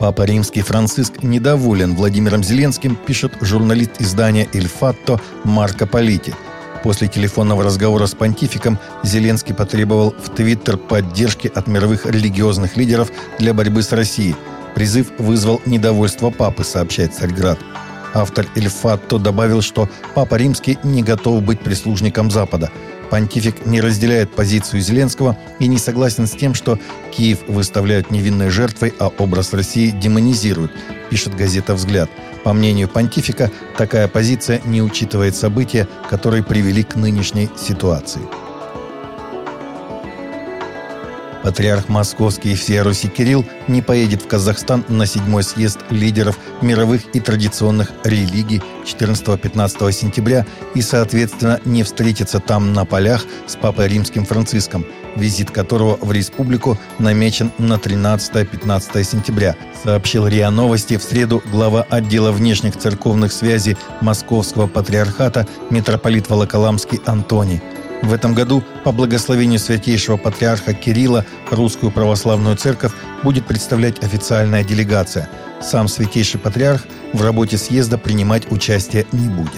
Папа Римский Франциск недоволен Владимиром Зеленским, пишет журналист издания «Иль Фатто» Марко Полити. После телефонного разговора с понтификом Зеленский потребовал в Твиттер поддержки от мировых религиозных лидеров для борьбы с Россией. Призыв вызвал недовольство папы, сообщает Царьград. Автор «Иль Фатто» добавил, что Папа Римский не готов быть прислужником Запада. Понтифик не разделяет позицию Зеленского и не согласен с тем, что Киев выставляют невинной жертвой, а образ России демонизируют, пишет газета «Взгляд». По мнению понтифика, такая позиция не учитывает события, которые привели к нынешней ситуации. Патриарх Московский и всея Руси Кирилл не поедет в Казахстан на 7-й съезд лидеров мировых и традиционных религий 14-15 сентября и, соответственно, не встретится там на полях с Папой Римским Франциском, визит которого в республику намечен на 13-15 сентября, сообщил РИА Новости в среду глава отдела внешних церковных связей Московского патриархата митрополит Волоколамский Антоний. В этом году по благословению святейшего патриарха Кирилла Русскую Православную Церковь будет представлять официальная делегация. Сам святейший патриарх в работе съезда принимать участие не будет.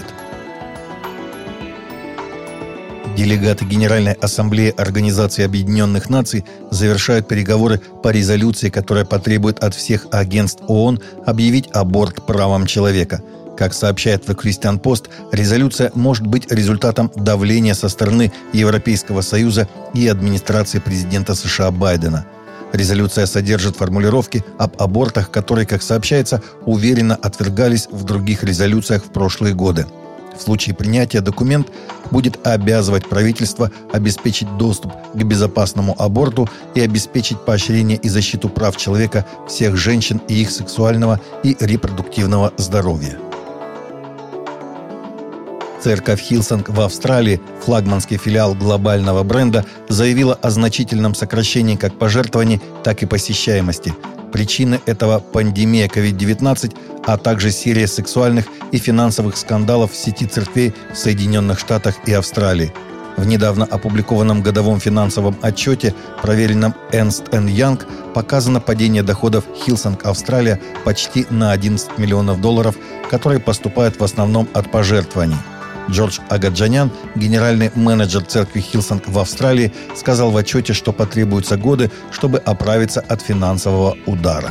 Делегаты Генеральной Ассамблеи Организации Объединенных Наций завершают переговоры по резолюции, которая потребует от всех агентств ООН объявить аборт правом человека. Как сообщает The Christian Post, резолюция может быть результатом давления со стороны Европейского Союза и администрации президента США Байдена. Резолюция содержит формулировки об абортах, которые, как сообщается, уверенно отвергались в других резолюциях в прошлые годы. В случае принятия документ будет обязывать правительство обеспечить доступ к безопасному аборту и обеспечить поощрение и защиту прав человека всех женщин и их сексуального и репродуктивного здоровья. Церковь Хиллсонг в Австралии, флагманский филиал глобального бренда, заявила о значительном сокращении как пожертвований, так и посещаемости. Причины этого – пандемия COVID-19, а также серия сексуальных и финансовых скандалов в сети церквей в Соединенных Штатах и Австралии. В недавно опубликованном годовом финансовом отчете, проверенном Ernst & Young, показано падение доходов Хиллсонг Австралия почти на $11 миллионов, которые поступают в основном от пожертвований. Джордж Агаджанян, генеральный менеджер церкви Хиллсонг в Австралии, сказал в отчете, что потребуются годы, чтобы оправиться от финансового удара.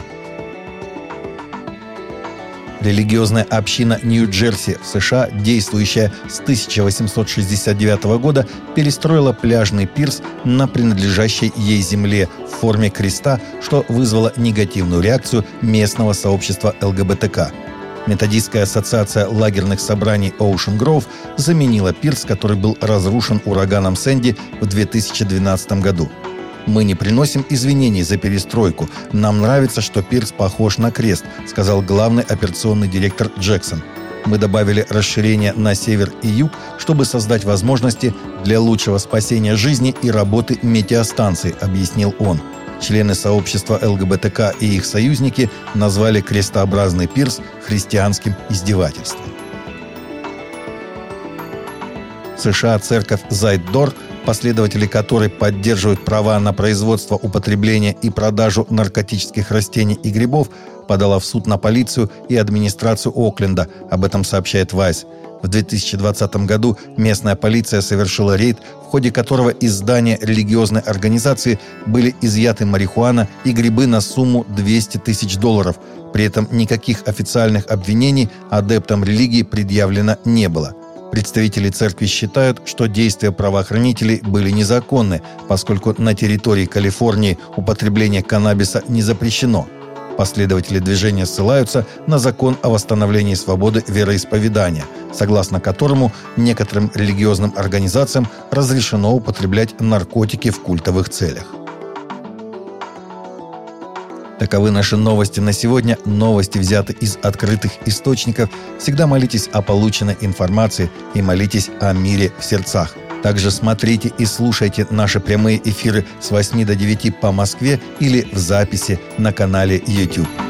Религиозная община Нью-Джерси в США, действующая с 1869 года, перестроила пляжный пирс на принадлежащей ей земле в форме креста, что вызвало негативную реакцию местного сообщества ЛГБТК. Методистская ассоциация лагерных собраний Ocean Grove заменила пирс, который был разрушен ураганом Сэнди в 2012 году. «Мы не приносим извинений за перестройку. Нам нравится, что пирс похож на крест», сказал главный операционный директор Джексон. «Мы добавили расширение на север и юг, чтобы создать возможности для лучшего спасения жизни и работы метеостанций», объяснил он. Члены сообщества ЛГБТК и их союзники назвали крестообразный пирс христианским издевательством. В США церковь Зайд-Дор, последователи которой поддерживают права на производство, употребление и продажу наркотических растений и грибов, подала в суд на полицию и администрацию Окленда, об этом сообщает Vice. В 2020 году местная полиция совершила рейд, в ходе которого из здания религиозной организации были изъяты марихуана и грибы на сумму $200 тысяч. При этом никаких официальных обвинений адептам религии предъявлено не было. Представители церкви считают, что действия правоохранителей были незаконны, поскольку на территории Калифорнии употребление каннабиса не запрещено. Последователи движения ссылаются на закон о восстановлении свободы вероисповедания, согласно которому некоторым религиозным организациям разрешено употреблять наркотики в культовых целях. Таковы наши новости на сегодня. Новости взяты из открытых источников. Всегда молитесь о полученной информации и молитесь о мире в сердцах. Также смотрите и слушайте наши прямые эфиры с 8 до 9 по Москве или в записи на канале YouTube.